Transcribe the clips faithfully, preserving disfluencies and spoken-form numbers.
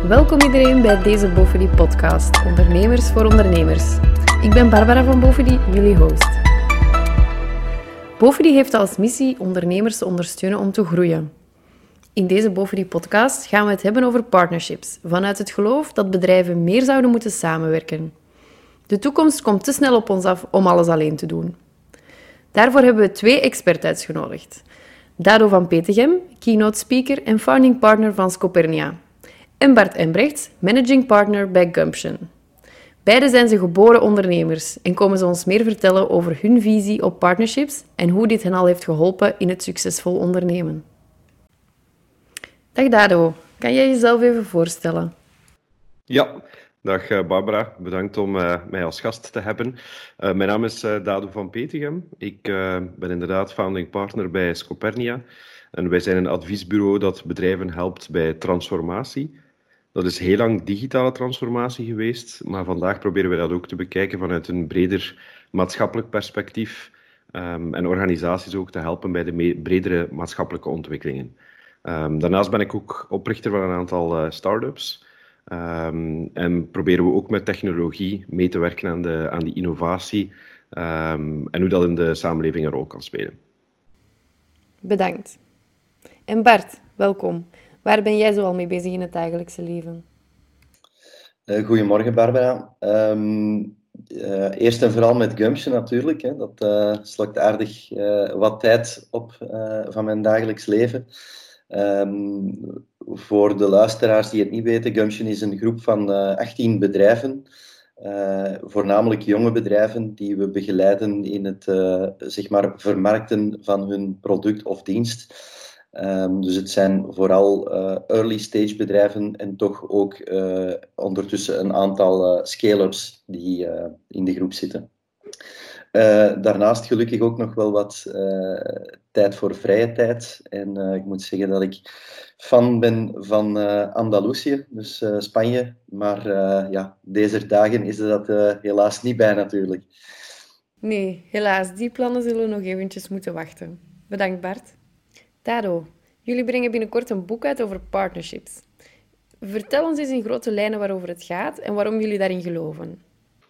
Welkom iedereen bij deze Bofedy podcast, Ondernemers voor Ondernemers. Ik ben Barbara van Bofedy, jullie host. Bofedy heeft als missie ondernemers te ondersteunen om te groeien. In deze Bofedy podcast gaan we het hebben over partnerships, vanuit het geloof dat bedrijven meer zouden moeten samenwerken. De toekomst komt te snel op ons af om alles alleen te doen. Daarvoor hebben we twee experts uitgenodigd. Dado van Petegem, keynote speaker en founding partner van Scopernia. En Bart Embrechts, managing partner bij Gumption. Beiden zijn ze geboren ondernemers en komen ze ons meer vertellen over hun visie op partnerships en hoe dit hen al heeft geholpen in het succesvol ondernemen. Dag Dado, kan jij jezelf even voorstellen? Ja, dag Barbara. Bedankt om uh, mij als gast te hebben. Uh, mijn naam is uh, Dado van Petegem. Ik uh, ben inderdaad founding partner bij Scopernia. En wij zijn een adviesbureau dat bedrijven helpt bij transformatie. Dat is heel lang digitale transformatie geweest, maar vandaag proberen we dat ook te bekijken vanuit een breder maatschappelijk perspectief um, en organisaties ook te helpen bij de me- bredere maatschappelijke ontwikkelingen. Um, daarnaast ben ik ook oprichter van een aantal uh, start-ups um, en proberen we ook met technologie mee te werken aan, de, aan die innovatie um, en hoe dat in de samenleving een rol kan spelen. Bedankt. En Bart, welkom. Waar ben jij zoal mee bezig in het dagelijkse leven? Uh, goedemorgen Barbara. Um, uh, eerst en vooral met Gumption natuurlijk. Hè. Dat uh, slokt aardig uh, wat tijd op uh, van mijn dagelijks leven. Um, voor de luisteraars die het niet weten, Gumption is een groep van uh, achttien bedrijven. Uh, voornamelijk jonge bedrijven die we begeleiden in het uh, zeg maar vermarkten van hun product of dienst. Um, dus het zijn vooral uh, early stage bedrijven en toch ook uh, ondertussen een aantal uh, scale-ups die uh, in de groep zitten. Uh, daarnaast gelukkig ook nog wel wat uh, tijd voor vrije tijd. En uh, ik moet zeggen dat ik fan ben van uh, Andalusië, dus uh, Spanje. Maar uh, ja, deze dagen is er dat uh, helaas niet bij natuurlijk. Nee, helaas. Die plannen zullen nog eventjes moeten wachten. Bedankt Bart. Dado, jullie brengen binnenkort een boek uit over partnerships. Vertel ons eens in grote lijnen waarover het gaat en waarom jullie daarin geloven.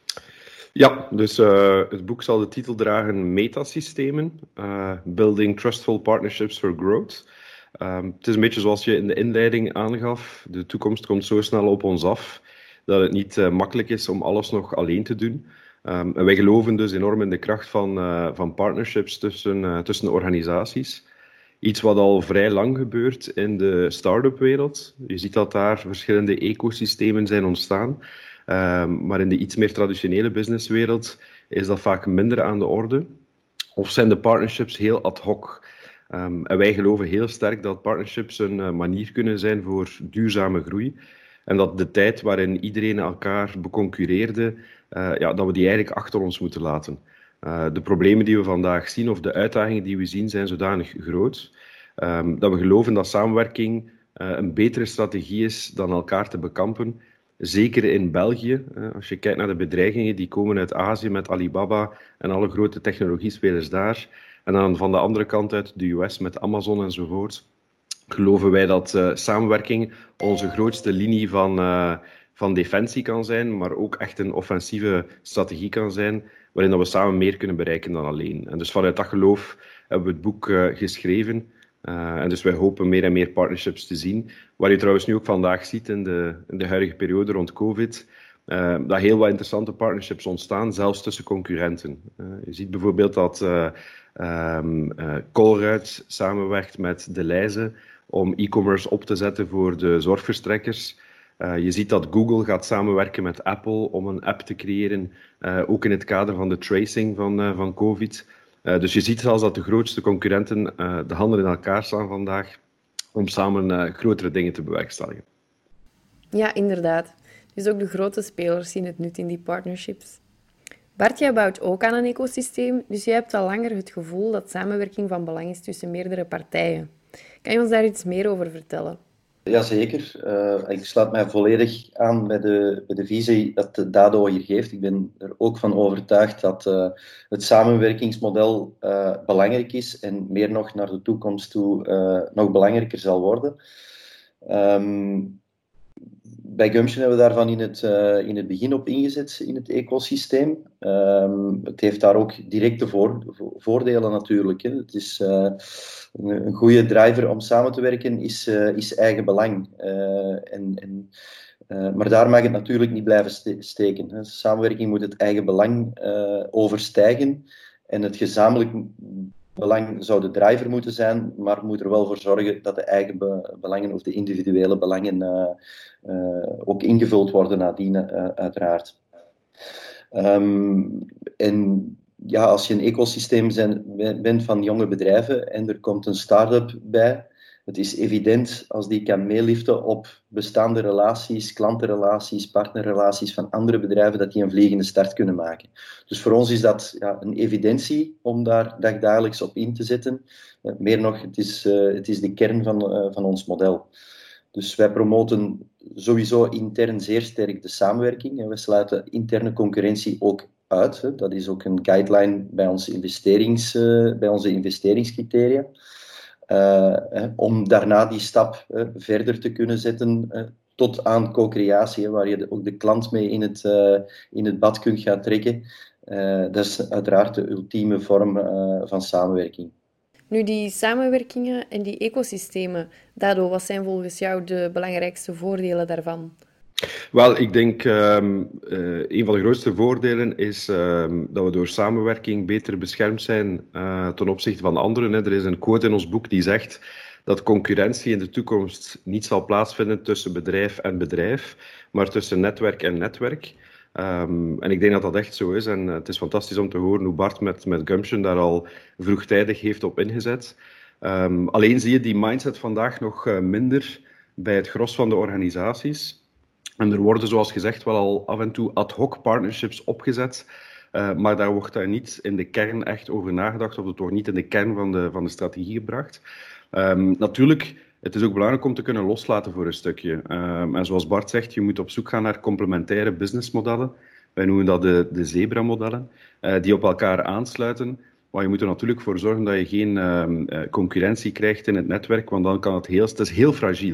Ja, dus uh, het boek zal de titel dragen Metasystemen, uh, Building Trustful Partnerships for Growth. Um, het is een beetje zoals je in de inleiding aangaf, de toekomst komt zo snel op ons af dat het niet uh, makkelijk is om alles nog alleen te doen. Um, en wij geloven dus enorm in de kracht van, uh, van partnerships tussen, uh, tussen organisaties. Iets wat al vrij lang gebeurt in de start-up wereld. Je ziet dat daar verschillende ecosystemen zijn ontstaan. Um, maar in de iets meer traditionele businesswereld is dat vaak minder aan de orde. Of zijn de partnerships heel ad hoc. Um, en wij geloven heel sterk dat partnerships een uh, manier kunnen zijn voor duurzame groei. En dat de tijd waarin iedereen elkaar beconcurreerde, uh, ja, dat we die eigenlijk achter ons moeten laten. Uh, de problemen die we vandaag zien, of de uitdagingen die we zien, zijn zodanig groot, um, dat we geloven dat samenwerking uh, een betere strategie is dan elkaar te bekampen. Zeker in België, uh, als je kijkt naar de bedreigingen die komen uit Azië met Alibaba en alle grote technologiespelers daar, en dan van de andere kant uit de U S met Amazon enzovoort, geloven wij dat uh, samenwerking onze grootste linie van, uh, van defensie kan zijn, maar ook echt een offensieve strategie kan zijn, waarin we samen meer kunnen bereiken dan alleen. En dus vanuit dat geloof hebben we het boek uh, geschreven. Uh, en dus wij hopen meer en meer partnerships te zien. Waar je trouwens nu ook vandaag ziet in de, in de huidige periode rond COVID, uh, dat heel wat interessante partnerships ontstaan, zelfs tussen concurrenten. Uh, je ziet bijvoorbeeld dat uh, um, uh, Colruyt samenwerkt met Delhaize om e-commerce op te zetten voor de zorgverstrekkers. Uh, je ziet dat Google gaat samenwerken met Apple om een app te creëren, uh, ook in het kader van de tracing van, uh, van COVID. Uh, dus je ziet zelfs dat de grootste concurrenten uh, de handen in elkaar staan vandaag om samen uh, grotere dingen te bewerkstelligen. Ja, inderdaad. Dus ook de grote spelers zien het nut in die partnerships. Bart, jij bouwt ook aan een ecosysteem, dus jij hebt al langer het gevoel dat samenwerking van belang is tussen meerdere partijen. Kan je ons daar iets meer over vertellen? Jazeker. Uh, ik sluit mij volledig aan bij de, bij de visie dat Dado hier geeft. Ik ben er ook van overtuigd dat uh, het samenwerkingsmodel uh, belangrijk is en meer nog naar de toekomst toe uh, nog belangrijker zal worden. Um, bij Gumption hebben we daarvan in het, uh, in het begin op ingezet in het ecosysteem. Um, het heeft daar ook directe voor, vo- voordelen natuurlijk. Hè. Het is uh, een, een goede driver om samen te werken is, uh, is eigen belang. Uh, en, en, uh, maar daar mag het natuurlijk niet blijven ste- steken. Hè. Samenwerking moet het eigen belang uh, overstijgen en het gezamenlijk belang zou de driver moeten zijn, maar moet er wel voor zorgen dat de eigen be- belangen of de individuele belangen uh, uh, ook ingevuld worden nadien, uh, uiteraard. Um, en ja, als je een ecosysteem zijn, bent van jonge bedrijven en er komt een start-up bij, het is evident als die kan meeliften op bestaande relaties, klantenrelaties, partnerrelaties van andere bedrijven, dat die een vliegende start kunnen maken. Dus voor ons is dat ja, een evidentie om daar dagdagelijks op in te zetten. Uh, meer nog, het is, uh, het is de kern van, uh, van ons model. Dus wij promoten sowieso intern zeer sterk de samenwerking en we sluiten interne concurrentie ook uit. Hè. Dat is ook een guideline bij onze, investerings, uh, bij onze investeringscriteria. Uh, hè, om daarna die stap uh, verder te kunnen zetten uh, tot aan co-creatie, hè, waar je de, ook de klant mee in het, uh, in het bad kunt gaan trekken. Uh, dat is uiteraard de ultieme vorm uh, van samenwerking. Nu, die samenwerkingen en die ecosystemen, Dado, wat zijn volgens jou de belangrijkste voordelen daarvan? Wel, ik denk um, uh, een van de grootste voordelen is um, dat we door samenwerking beter beschermd zijn uh, ten opzichte van anderen. Hè. Er is een quote in ons boek die zegt dat concurrentie in de toekomst niet zal plaatsvinden tussen bedrijf en bedrijf, maar tussen netwerk en netwerk. Um, en ik denk dat dat echt zo is. En uh, het is fantastisch om te horen hoe Bart met, met Gumption daar al vroegtijdig heeft op ingezet. Um, alleen zie je die mindset vandaag nog uh, minder bij het gros van de organisaties. En er worden, zoals gezegd, wel al af en toe ad hoc partnerships opgezet. Uh, maar daar wordt daar niet in de kern echt over nagedacht, of het wordt niet in de kern van de, van de strategie gebracht. Um, natuurlijk, het is ook belangrijk om te kunnen loslaten voor een stukje. Um, en zoals Bart zegt, je moet op zoek gaan naar complementaire businessmodellen. Wij noemen dat de, de zebra-modellen, uh, die op elkaar aansluiten. Maar je moet er natuurlijk voor zorgen dat je geen um, uh, concurrentie krijgt in het netwerk, want dan kan het heel, het is heel fragiel.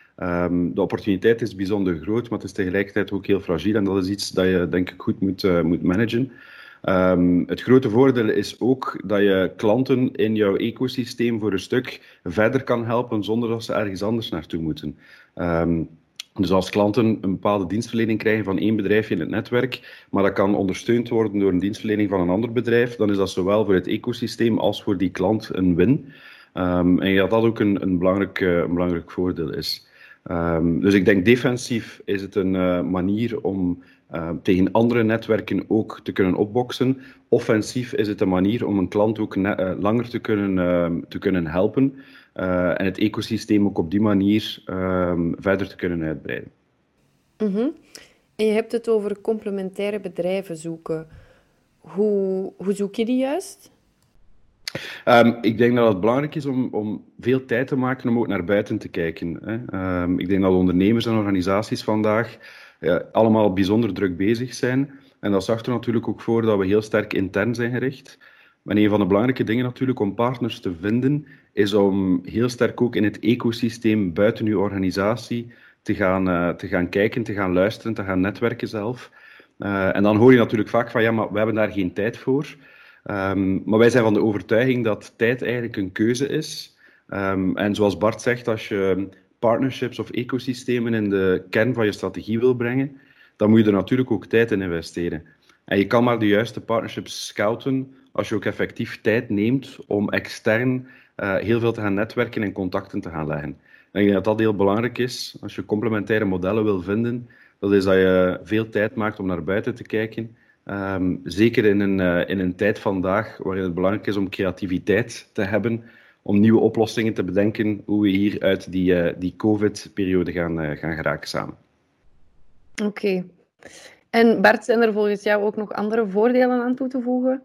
Um, de opportuniteit is bijzonder groot, maar het is tegelijkertijd ook heel fragiel. En dat is iets dat je, denk ik, goed moet, uh, moet managen. Um, het grote voordeel is ook dat je klanten in jouw ecosysteem voor een stuk verder kan helpen zonder dat ze ergens anders naartoe moeten. Um, dus als klanten een bepaalde dienstverlening krijgen van één bedrijfje in het netwerk, maar dat kan ondersteund worden door een dienstverlening van een ander bedrijf, dan is dat zowel voor het ecosysteem als voor die klant een win. Um, en ja, dat dat ook een, een, belangrijk, uh, een belangrijk voordeel is. Um, dus ik denk defensief is het een uh, manier om uh, tegen andere netwerken ook te kunnen opboksen. Offensief is het een manier om een klant ook ne- uh, langer te kunnen, uh, te kunnen helpen uh, en het ecosysteem ook op die manier uh, verder te kunnen uitbreiden. Mm-hmm. En je hebt het over complementaire bedrijven zoeken. Hoe, hoe zoek je die juist? Um, ik denk dat het belangrijk is om, om veel tijd te maken om ook naar buiten te kijken. Hè. Um, ik denk dat ondernemers en organisaties vandaag uh, allemaal bijzonder druk bezig zijn. En dat zorgt er natuurlijk ook voor dat we heel sterk intern zijn gericht. Maar een van de belangrijke dingen natuurlijk om partners te vinden, is om heel sterk ook in het ecosysteem buiten uw organisatie te gaan, uh, te gaan kijken, te gaan luisteren, te gaan netwerken zelf. Uh, en dan hoor je natuurlijk vaak van ja, maar we hebben daar geen tijd voor. Um, maar wij zijn van de overtuiging dat tijd eigenlijk een keuze is. Um, en zoals Bart zegt, als je partnerships of ecosystemen in de kern van je strategie wil brengen, dan moet je er natuurlijk ook tijd in investeren. En je kan maar de juiste partnerships scouten als je ook effectief tijd neemt om extern uh, heel veel te gaan netwerken en contacten te gaan leggen. En ik denk dat dat heel belangrijk is. Als je complementaire modellen wil vinden, dat is dat je veel tijd maakt om naar buiten te kijken. Um, zeker in een, uh, in een tijd vandaag waarin het belangrijk is om creativiteit te hebben, om nieuwe oplossingen te bedenken, hoe we hier uit die, uh, die COVID-periode gaan, uh, gaan geraken samen. Oké. Okay. En Bart, zijn er volgens jou ook nog andere voordelen aan toe te voegen?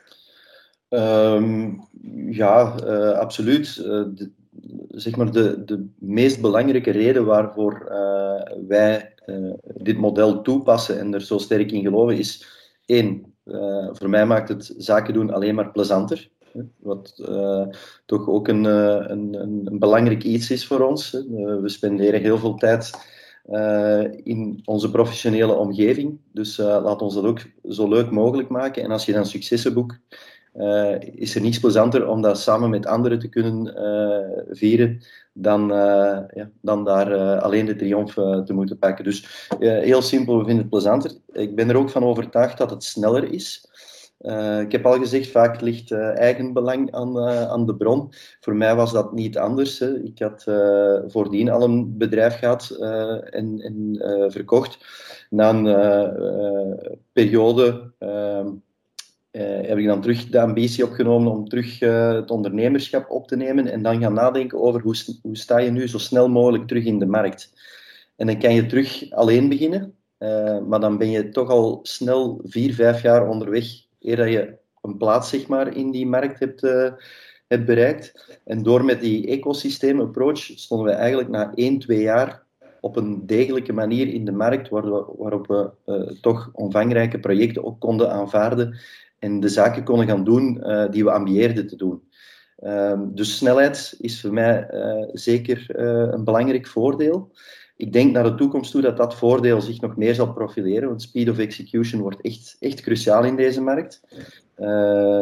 Um, ja, uh, absoluut. Uh, de, zeg maar de, de meest belangrijke reden waarvoor uh, wij uh, dit model toepassen en er zo sterk in geloven is, één, uh, voor mij maakt het zaken doen alleen maar plezanter. Wat uh, toch ook een, uh, een, een, een belangrijk iets is voor ons. Uh, we spenderen heel veel tijd uh, in onze professionele omgeving. Dus uh, laat ons dat ook zo leuk mogelijk maken. En als je dan successen boekt, uh, is er niets plezanter om dat samen met anderen te kunnen uh, vieren dan, uh, ja, dan daar uh, alleen de triomf uh, te moeten pakken. Dus uh, heel simpel, we vinden het plezanter. Ik ben er ook van overtuigd dat het sneller is. Uh, ik heb al gezegd, vaak ligt uh, eigenbelang aan, uh, aan de bron. Voor mij was dat niet anders. Hè. Ik had uh, voordien al een bedrijf gehad uh, en, en uh, verkocht. Na een uh, uh, periode uh, uh, heb ik dan terug de ambitie opgenomen om terug uh, het ondernemerschap op te nemen en dan gaan nadenken over hoe, hoe sta je nu zo snel mogelijk terug in de markt. En dan kan je terug alleen beginnen, uh, maar dan ben je toch al snel vier, vijf jaar onderweg eer dat je een plaats zeg maar, in die markt hebt, uh, hebt bereikt. En door met die ecosysteem approach stonden we eigenlijk na één, twee jaar op een degelijke manier in de markt, waar we, waarop we uh, toch omvangrijke projecten ook konden aanvaarden en de zaken konden gaan doen uh, die we ambieerden te doen. Uh, dus snelheid is voor mij uh, zeker uh, een belangrijk voordeel. Ik denk naar de toekomst toe dat dat voordeel zich nog meer zal profileren, want speed of execution wordt echt, echt cruciaal in deze markt. Uh,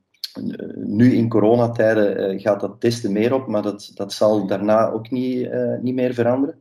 nu in coronatijden uh, gaat dat testen meer op, maar dat, dat zal daarna ook niet, uh, niet meer veranderen.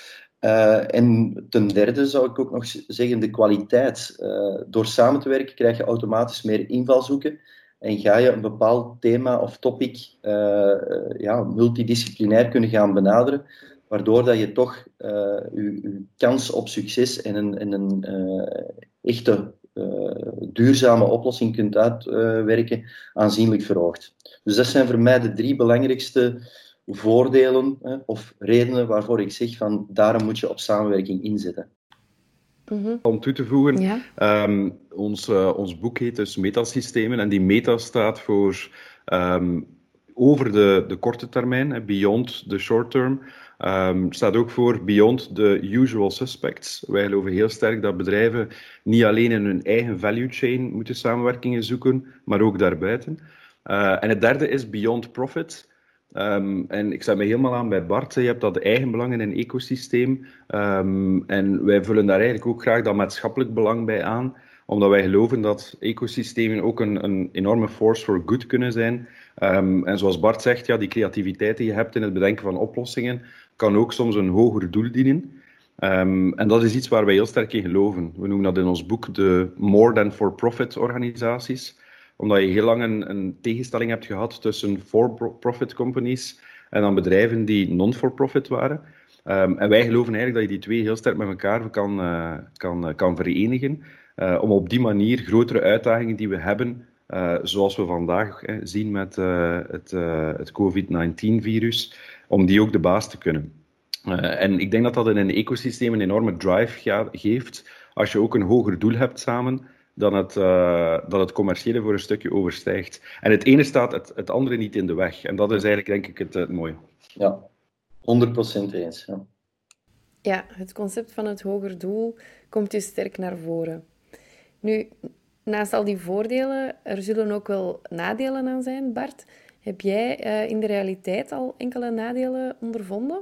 Uh, en ten derde zou ik ook nog zeggen de kwaliteit. Uh, door samen te werken krijg je automatisch meer invalshoeken en ga je een bepaald thema of topic uh, ja, multidisciplinair kunnen gaan benaderen, waardoor dat je toch uh, je, je kans op succes en een, en een uh, echte uh, duurzame oplossing kunt uitwerken uh, aanzienlijk verhoogt. Dus dat zijn voor mij de drie belangrijkste voordelen hè, of redenen waarvoor ik zeg van daarom moet je op samenwerking inzetten. Mm-hmm. Om toe te voegen, ja. um, ons, uh, ons boek heet dus Metasystemen en die meta staat voor um, over de, de korte termijn, beyond the short term. Um, staat ook voor beyond the usual suspects. Wij geloven heel sterk dat bedrijven niet alleen in hun eigen value chain moeten samenwerkingen zoeken, maar ook daarbuiten. Uh, en het derde is beyond profit. Um, en ik sluit me helemaal aan bij Bart. Je hebt dat eigenbelang in een ecosysteem. Um, en wij vullen daar eigenlijk ook graag dat maatschappelijk belang bij aan, omdat wij geloven dat ecosystemen ook een, een enorme force for good kunnen zijn. Um, en zoals Bart zegt, ja, die creativiteit die je hebt in het bedenken van oplossingen, kan ook soms een hoger doel dienen. Um, en dat is iets waar wij heel sterk in geloven. We noemen dat in ons boek de more than for profit organisaties, omdat je heel lang een, een tegenstelling hebt gehad tussen for-profit companies en dan bedrijven die non-for-profit waren. Um, en wij geloven eigenlijk dat je die twee heel sterk met elkaar kan, uh, kan, uh, kan verenigen, uh, om op die manier grotere uitdagingen die we hebben, uh, zoals we vandaag eh, zien met uh, het, uh, het covid negentien virus, om die ook de baas te kunnen. Uh, en ik denk dat dat in een ecosysteem een enorme drive ga- geeft, als je ook een hoger doel hebt samen, dan het, uh, dat het commerciële voor een stukje overstijgt. En het ene staat het, het andere niet in de weg. En dat is eigenlijk, denk ik, het, het mooie. Ja, honderd procent eens. Ja. ja, het concept van het hoger doel komt dus sterk naar voren. Nu, naast al die voordelen, er zullen ook wel nadelen aan zijn. Bart, heb jij uh, in de realiteit al enkele nadelen ondervonden?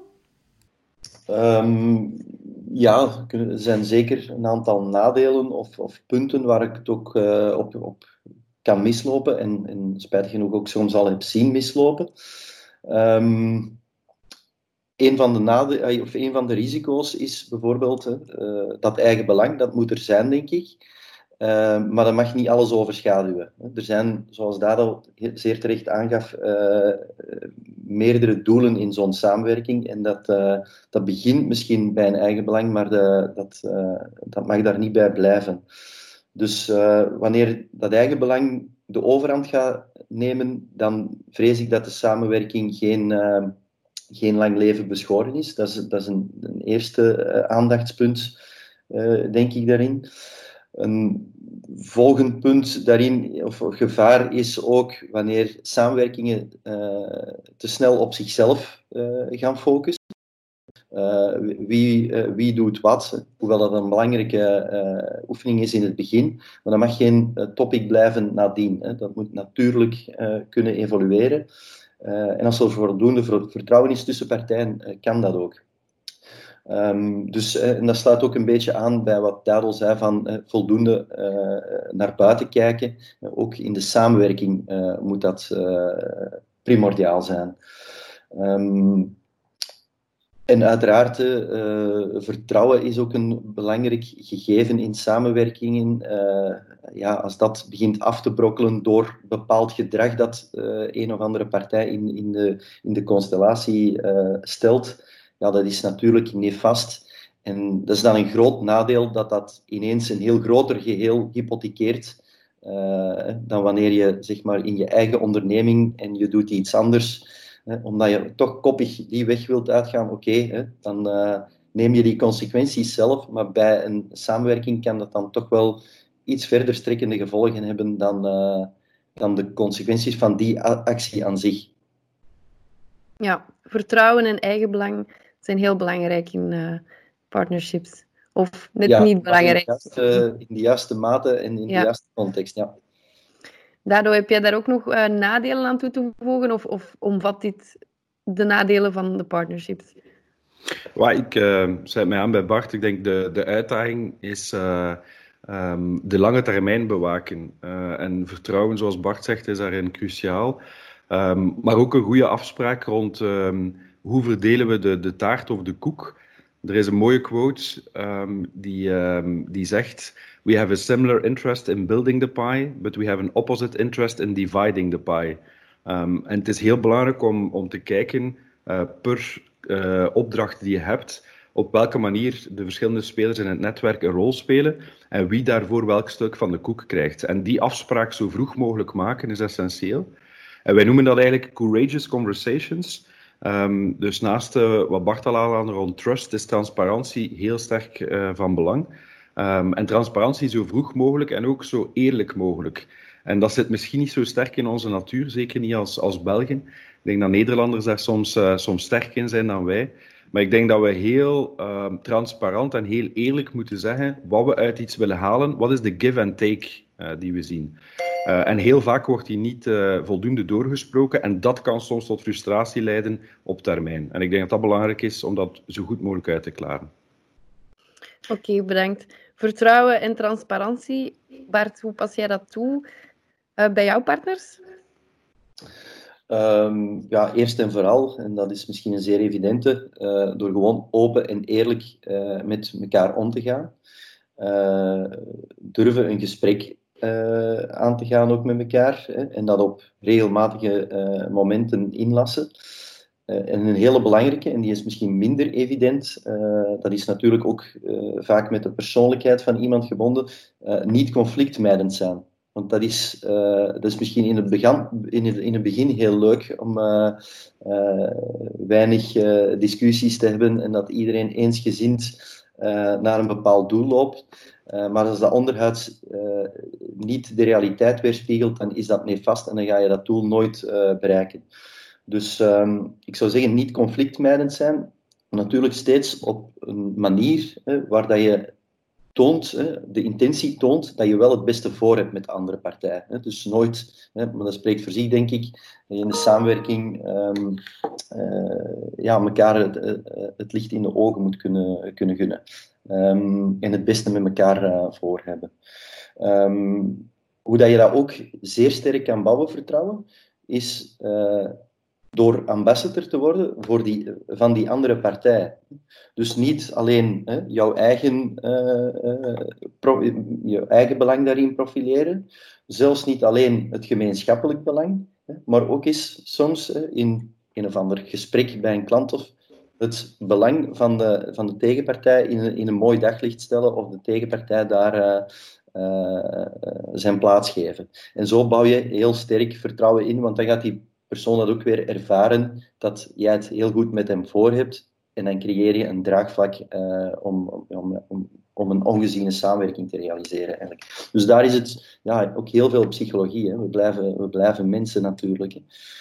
Um, ja, er zijn zeker een aantal nadelen of, of punten waar ik het ook uh, op, op kan mislopen en, en spijtig genoeg ook soms al heb zien mislopen. Um, een van de nade- of een van de risico's is bijvoorbeeld uh, dat eigen belang, dat moet er zijn, denk ik. Uh, maar dat mag niet alles overschaduwen. Er zijn, zoals Dado zeer terecht aangaf, uh, meerdere doelen in zo'n samenwerking. En dat, uh, dat begint misschien bij een eigen belang, maar de, dat, uh, dat mag daar niet bij blijven. Dus uh, wanneer dat eigen belang de overhand gaat nemen, dan vrees ik dat de samenwerking geen, uh, geen lang leven beschoren is. Dat is, dat is een, een eerste uh, aandachtspunt, uh, denk ik, daarin. Een volgend punt daarin, of gevaar, is ook wanneer samenwerkingen uh, te snel op zichzelf uh, gaan focussen. Uh, wie, uh, wie doet wat, hoewel dat een belangrijke uh, oefening is in het begin, maar dat mag geen uh, topic blijven nadien. Hè. Dat moet natuurlijk uh, kunnen evolueren. Uh, en als er voldoende vertrouwen is tussen partijen, uh, kan dat ook. Um, dus uh, en dat sluit ook een beetje aan bij wat Dadel zei van uh, voldoende uh, naar buiten kijken. Uh, ook in de samenwerking uh, moet dat uh, primordiaal zijn. Um, en uiteraard, uh, vertrouwen is ook een belangrijk gegeven in samenwerkingen. Uh, ja, als dat begint af te brokkelen door bepaald gedrag dat uh, een of andere partij in, in, de, in de constellatie uh, stelt, ja, dat is natuurlijk nefast. En dat is dan een groot nadeel dat dat ineens een heel groter geheel hypothekeert uh, dan wanneer je zeg maar, in je eigen onderneming en je doet iets anders. Hè, omdat je toch koppig die weg wilt uitgaan, oké, okay, dan uh, neem je die consequenties zelf, maar bij een samenwerking kan dat dan toch wel iets verder strekkende gevolgen hebben dan, uh, dan de consequenties van die actie aan zich. Ja, vertrouwen en eigenbelang zijn heel belangrijk in uh, partnerships. Of net ja, niet belangrijk. In de, juiste, in de juiste mate en in ja. de juiste context, ja. Daardoor heb jij daar ook nog uh, nadelen aan toe te voegen? Of, of omvat dit de nadelen van de partnerships? Well, ik uh, sluit mij aan bij Bart. Ik denk de, de uitdaging is uh, um, de lange termijn bewaken. Uh, en vertrouwen, zoals Bart zegt, is daarin cruciaal. Um, maar ook een goede afspraak rond um, hoe verdelen we de, de taart of de koek. Er is een mooie quote um, die, um, die zegt: "We have a similar interest in building the pie, but we have an opposite interest in dividing the pie." Um, en het is heel belangrijk om, om te kijken uh, per uh, opdracht die je hebt, op welke manier de verschillende spelers in het netwerk een rol spelen en wie daarvoor welk stuk van de koek krijgt. En die afspraak zo vroeg mogelijk maken is essentieel. En wij noemen dat eigenlijk courageous conversations. Um, dus naast uh, wat Bart al aanhaalde rond trust, is transparantie heel sterk uh, van belang. Um, en transparantie zo vroeg mogelijk en ook zo eerlijk mogelijk. En dat zit misschien niet zo sterk in onze natuur, zeker niet als, als Belgen. Ik denk dat Nederlanders daar soms, uh, soms sterk in zijn dan wij. Maar ik denk dat we heel uh, transparant en heel eerlijk moeten zeggen wat we uit iets willen halen. Wat is de give and take uh, die we zien? Uh, en heel vaak wordt die niet uh, voldoende doorgesproken en dat kan soms tot frustratie leiden op termijn. En ik denk dat dat belangrijk is om dat zo goed mogelijk uit te klaren. Oké, okay, bedankt. Vertrouwen en transparantie. Bart, hoe pas jij dat toe uh, bij jouw partners? Um, ja, eerst en vooral, en dat is misschien een zeer evidente, uh, door gewoon open en eerlijk uh, met elkaar om te gaan. Uh, durven een gesprek uh, aan te gaan ook met elkaar hè, en dat op regelmatige uh, momenten inlassen. Uh, en een hele belangrijke, en die is misschien minder evident, uh, dat is natuurlijk ook uh, vaak met de persoonlijkheid van iemand gebonden, uh, niet conflictmijdend zijn. Want dat is, uh, dat is misschien in het, begin, in, het, in het begin heel leuk om uh, uh, weinig uh, discussies te hebben en dat iedereen eensgezind uh, naar een bepaald doel loopt. Uh, maar als dat onderhuids uh, niet de realiteit weerspiegelt, dan is dat nefast en dan ga je dat doel nooit uh, bereiken. Dus um, ik zou zeggen, niet conflictmijdend zijn. Natuurlijk steeds op een manier hè, waar dat je toont, hè, de intentie toont dat je wel het beste voor hebt met de andere partij. Hè. Dus nooit, hè, maar dat spreekt voor zich denk ik, dat je in de samenwerking um, uh, ja, elkaar het, het licht in de ogen moet kunnen, kunnen gunnen. Um, en het beste met elkaar uh, voor hebben. Um, hoe dat je dat ook zeer sterk kan bouwen, vertrouwen, is uh, door ambassador te worden voor die, van die andere partij. Dus niet alleen hè, jouw, eigen, uh, uh, pro, je eigen belang daarin profileren, zelfs niet alleen het gemeenschappelijk belang, hè, maar ook eens soms hè, in een of ander gesprek bij een klant of het belang van de, van de tegenpartij in een, in een mooi daglicht stellen of de tegenpartij daar uh, uh, zijn plaats geven. En zo bouw je heel sterk vertrouwen in, want dan gaat die persoon dat ook weer ervaren dat jij het heel goed met hem voor hebt en dan creëer je een draagvlak uh, om, om, om, om een ongeziene samenwerking te realiseren. Eigenlijk. Dus daar is het ja, ook heel veel psychologie. Hè. We, blijven, we blijven mensen natuurlijk. Hè.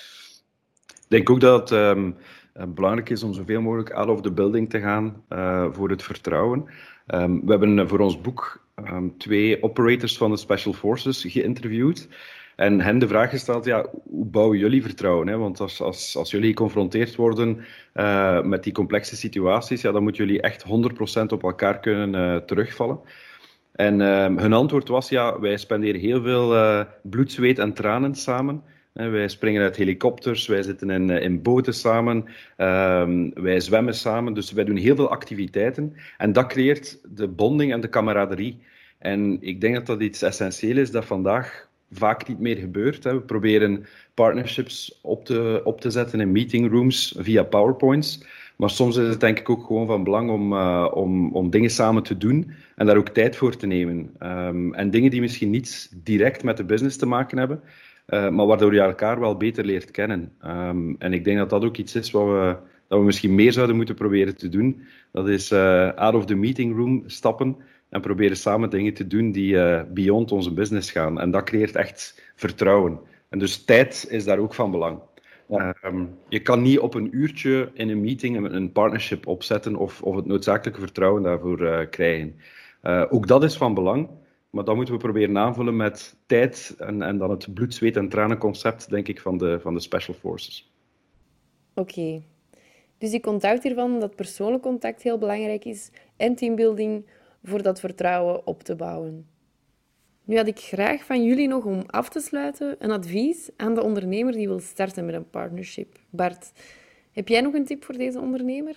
Ik denk ook dat het um, belangrijk is om zoveel mogelijk out of the building te gaan uh, voor het vertrouwen. Um, we hebben voor ons boek um, twee operators van de Special Forces geïnterviewd. en hen de vraag gesteld, ja, hoe bouwen jullie vertrouwen? Hè? Want als, als, als jullie geconfronteerd worden uh, met die complexe situaties, ja, dan moeten jullie echt honderd procent op elkaar kunnen uh, terugvallen. En uh, hun antwoord was, ja, wij spenderen heel veel uh, bloed, zweet en tranen samen. Uh, wij springen uit helikopters, wij zitten in, uh, in boten samen, uh, wij zwemmen samen. Dus wij doen heel veel activiteiten. En dat creëert de bonding en de kameraderie. En ik denk dat dat iets essentieel is dat vandaag vaak niet meer gebeurt. Hè. We proberen partnerships op te, op te zetten in meetingrooms via PowerPoints. Maar soms is het denk ik ook gewoon van belang om, uh, om, om dingen samen te doen en daar ook tijd voor te nemen. Um, en dingen die misschien niet direct met de business te maken hebben, uh, maar waardoor je elkaar wel beter leert kennen. Um, en ik denk dat dat ook iets is wat we, dat we misschien meer zouden moeten proberen te doen. Dat is uh, out of the meeting room stappen en proberen samen dingen te doen die uh, beyond onze business gaan. En dat creëert echt vertrouwen. En dus tijd is daar ook van belang. Ja. Um, je kan niet op een uurtje in een meeting een, een partnership opzetten of, of het noodzakelijke vertrouwen daarvoor uh, krijgen. Uh, ook dat is van belang, maar dat moeten we proberen aanvullen met tijd en, en dan het bloed, zweet en tranen concept, denk ik, van de, van de Special Forces. Oké. Okay. Dus ik onthoud hiervan dat persoonlijk contact heel belangrijk is en teambuilding voor dat vertrouwen op te bouwen. Nu had ik graag van jullie nog om af te sluiten een advies aan de ondernemer die wil starten met een partnership. Bart, heb jij nog een tip voor deze ondernemer?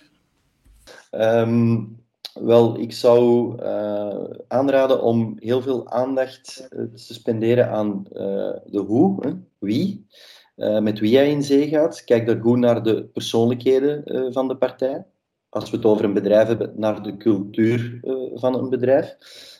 Um, wel, ik zou uh, aanraden om heel veel aandacht uh, te spenderen aan uh, de hoe, hè, wie, uh, met wie jij in zee gaat. Kijk daar goed naar de persoonlijkheden uh, van de partij. Als we het over een bedrijf hebben, naar de cultuur uh, van een bedrijf.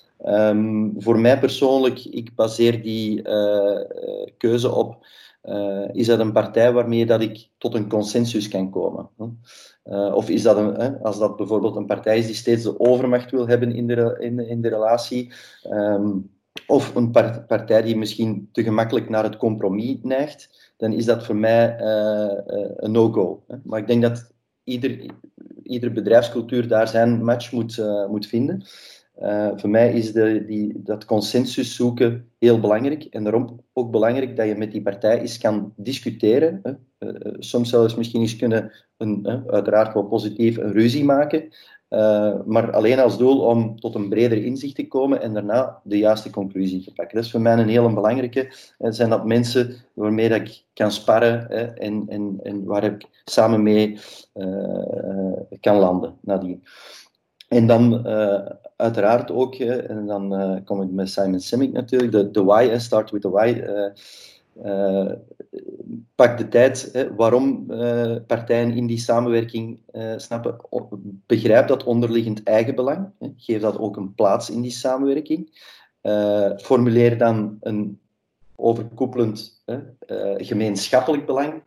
Um, voor mij persoonlijk, ik baseer die uh, keuze op, uh, is dat een partij waarmee dat ik tot een consensus kan komen? Uh, of is dat een, uh, als dat bijvoorbeeld een partij is die steeds de overmacht wil hebben in de, in, in de relatie, um, of een part- partij die misschien te gemakkelijk naar het compromis neigt, dan is dat voor mij uh, uh, een no-go. Hè? Maar ik denk dat ieder, ieder bedrijfscultuur daar zijn match moet, uh, moet vinden. Uh, voor mij is de, die, dat consensus zoeken heel belangrijk. En daarom ook belangrijk dat je met die partij eens kan discussiëren. Hè. Uh, soms zelfs misschien eens kunnen, een, uh, uiteraard wel positief, een ruzie maken. Uh, maar alleen als doel om tot een breder inzicht te komen en daarna de juiste conclusie te pakken. Dat is voor mij een heel belangrijke. Uh, zijn dat mensen waarmee dat ik kan sparren hè, en, en, en waar ik samen mee uh, uh, kan landen nadien. En dan uh, uiteraard ook, hè, en dan uh, kom ik met Simon Sinek natuurlijk, de, de why, hè, start with the why. Uh, uh, pak de tijd, hè, waarom uh, partijen in die samenwerking uh, snappen. Begrijp dat onderliggend eigenbelang. Hè, geef dat ook een plaats in die samenwerking. Uh, formuleer dan een overkoepelend hè, uh, gemeenschappelijk belang.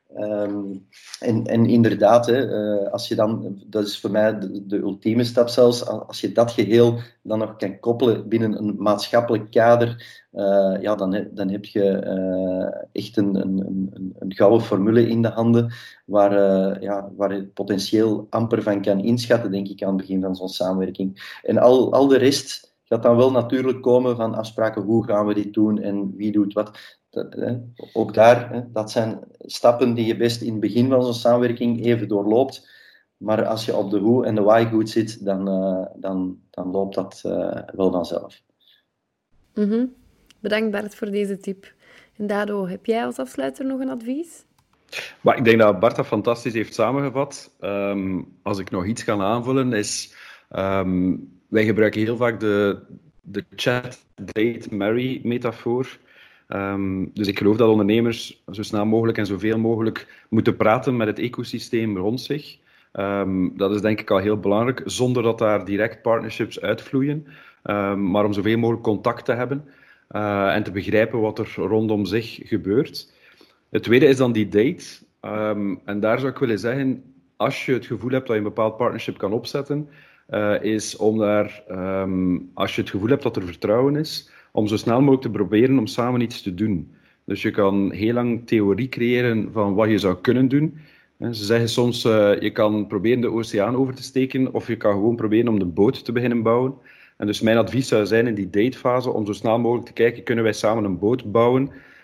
Um, en, en inderdaad, hè, uh, als je dan, dat is voor mij de, de ultieme stap zelfs, als je dat geheel dan nog kan koppelen binnen een maatschappelijk kader, uh, ja, dan, dan heb je uh, echt een, een, een, een gouden formule in de handen, waar, uh, ja, waar je potentieel amper van kan inschatten, denk ik, aan het begin van zo'n samenwerking. En al, al de rest gaat dan wel natuurlijk komen van afspraken, hoe gaan we dit doen en wie doet wat. Dat, hè, ook daar, hè, dat zijn stappen die je best in het begin van zo'n samenwerking even doorloopt. Maar als je op de hoe en de why goed zit, dan, uh, dan, dan loopt dat uh, wel vanzelf. Mm-hmm. Bedankt Bart voor deze tip. En Dado, heb jij als afsluiter nog een advies? Maar ik denk dat Bart dat fantastisch heeft samengevat. Um, als ik nog iets kan aanvullen, is... Um, wij gebruiken heel vaak de, de chat, date, marry metafoor. Um, dus ik geloof dat ondernemers zo snel mogelijk en zoveel mogelijk moeten praten met het ecosysteem rond zich. Um, dat is denk ik al heel belangrijk, zonder dat daar direct partnerships uitvloeien. Um, maar om zoveel mogelijk contact te hebben uh, en te begrijpen wat er rondom zich gebeurt. Het tweede is dan die date. Um, en daar zou ik willen zeggen, als je het gevoel hebt dat je een bepaald partnership kan opzetten, uh, is om daar, um, als je het gevoel hebt dat er vertrouwen is, om zo snel mogelijk te proberen om samen iets te doen. Dus je kan heel lang theorie creëren van wat je zou kunnen doen. Ze zeggen soms, uh, je kan proberen de oceaan over te steken, of je kan gewoon proberen om de boot te beginnen bouwen. En dus mijn advies zou zijn in die datefase om zo snel mogelijk te kijken, kunnen wij samen een boot bouwen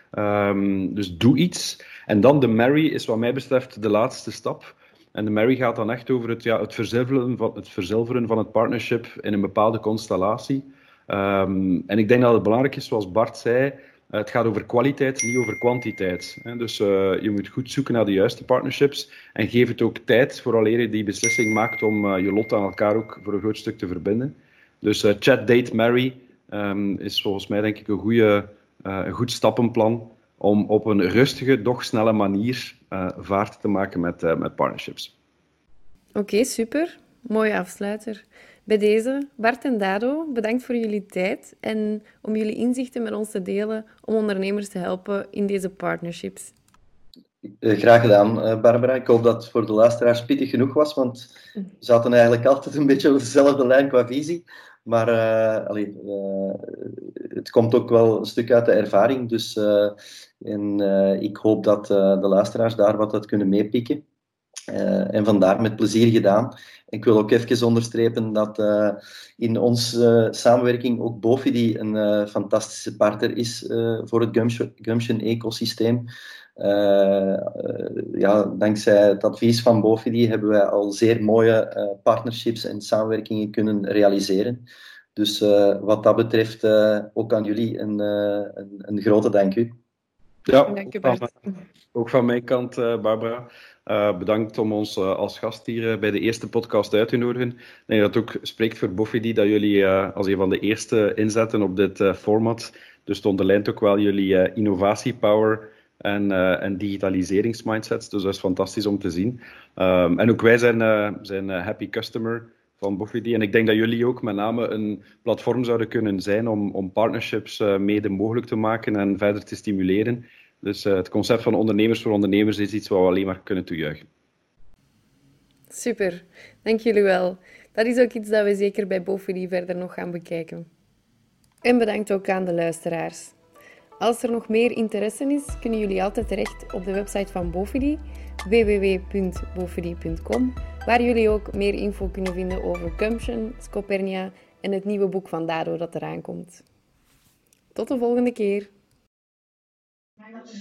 Um, dus doe iets. En dan de Marry is wat mij betreft de laatste stap. En de Marry gaat dan echt over het, ja, het, verzilveren van, het verzilveren van het partnership in een bepaalde constellatie. Um, en ik denk dat het belangrijk is, zoals Bart zei, het gaat over kwaliteit, niet over kwantiteit. Dus uh, je moet goed zoeken naar de juiste partnerships en geef het ook tijd vooraleer je die beslissing maakt om uh, je lot aan elkaar ook voor een groot stuk te verbinden. Dus uh, Chat, Date, Marry um, is volgens mij denk ik een, goede, uh, een goed stappenplan om op een rustige, doch snelle manier uh, vaart te maken met, uh, met partnerships. Oké, okay, super. Mooie afsluiter. Bij deze, Bart en Dado, bedankt voor jullie tijd en om jullie inzichten met ons te delen om ondernemers te helpen in deze partnerships. Uh, graag gedaan, uh, Barbara. Ik hoop dat het voor de luisteraars pittig genoeg was, want we zaten eigenlijk altijd een beetje over dezelfde lijn qua visie. Maar uh, allee, uh, het komt ook wel een stuk uit de ervaring. Dus uh, en, uh, ik hoop dat uh, de luisteraars daar wat uit kunnen meepikken. Uh, en vandaar met plezier gedaan. Ik wil ook even onderstrepen dat uh, in onze uh, samenwerking ook Bofidi een uh, fantastische partner is uh, voor het Gumption-ecosysteem. Uh, uh, ja, dankzij het advies van Bofidi hebben wij al zeer mooie uh, partnerships en samenwerkingen kunnen realiseren. Dus uh, wat dat betreft uh, ook aan jullie een, uh, een, een grote dank u. Ja, dank u, ook, van, ook van mijn kant, uh, Barbara. Uh, bedankt om ons uh, als gast hier uh, bij de eerste podcast uit te nodigen. Ik denk dat het ook spreekt voor Bofidi dat jullie uh, als een van de eerste inzetten op dit uh, format. Dus het onderlijnt ook wel jullie uh, innovatiepower en, uh, en digitaliseringsmindsets. Dus dat is fantastisch om te zien. Um, en ook wij zijn, uh, zijn uh, happy customer van Bofidi. En ik denk dat jullie ook met name een platform zouden kunnen zijn om, om partnerships uh, mede mogelijk te maken en verder te stimuleren. Dus uh, het concept van ondernemers voor ondernemers is iets wat we alleen maar kunnen toejuichen. Super, dank jullie wel. Dat is ook iets dat we zeker bij Bofidi verder nog gaan bekijken. En bedankt ook aan de luisteraars. Als er nog meer interesse is, kunnen jullie altijd terecht op de website van Bofidi, w w w punt bofidi punt com, waar jullie ook meer info kunnen vinden over Gumption, Scopernia en het nieuwe boek van Dado dat eraan komt. Tot de volgende keer!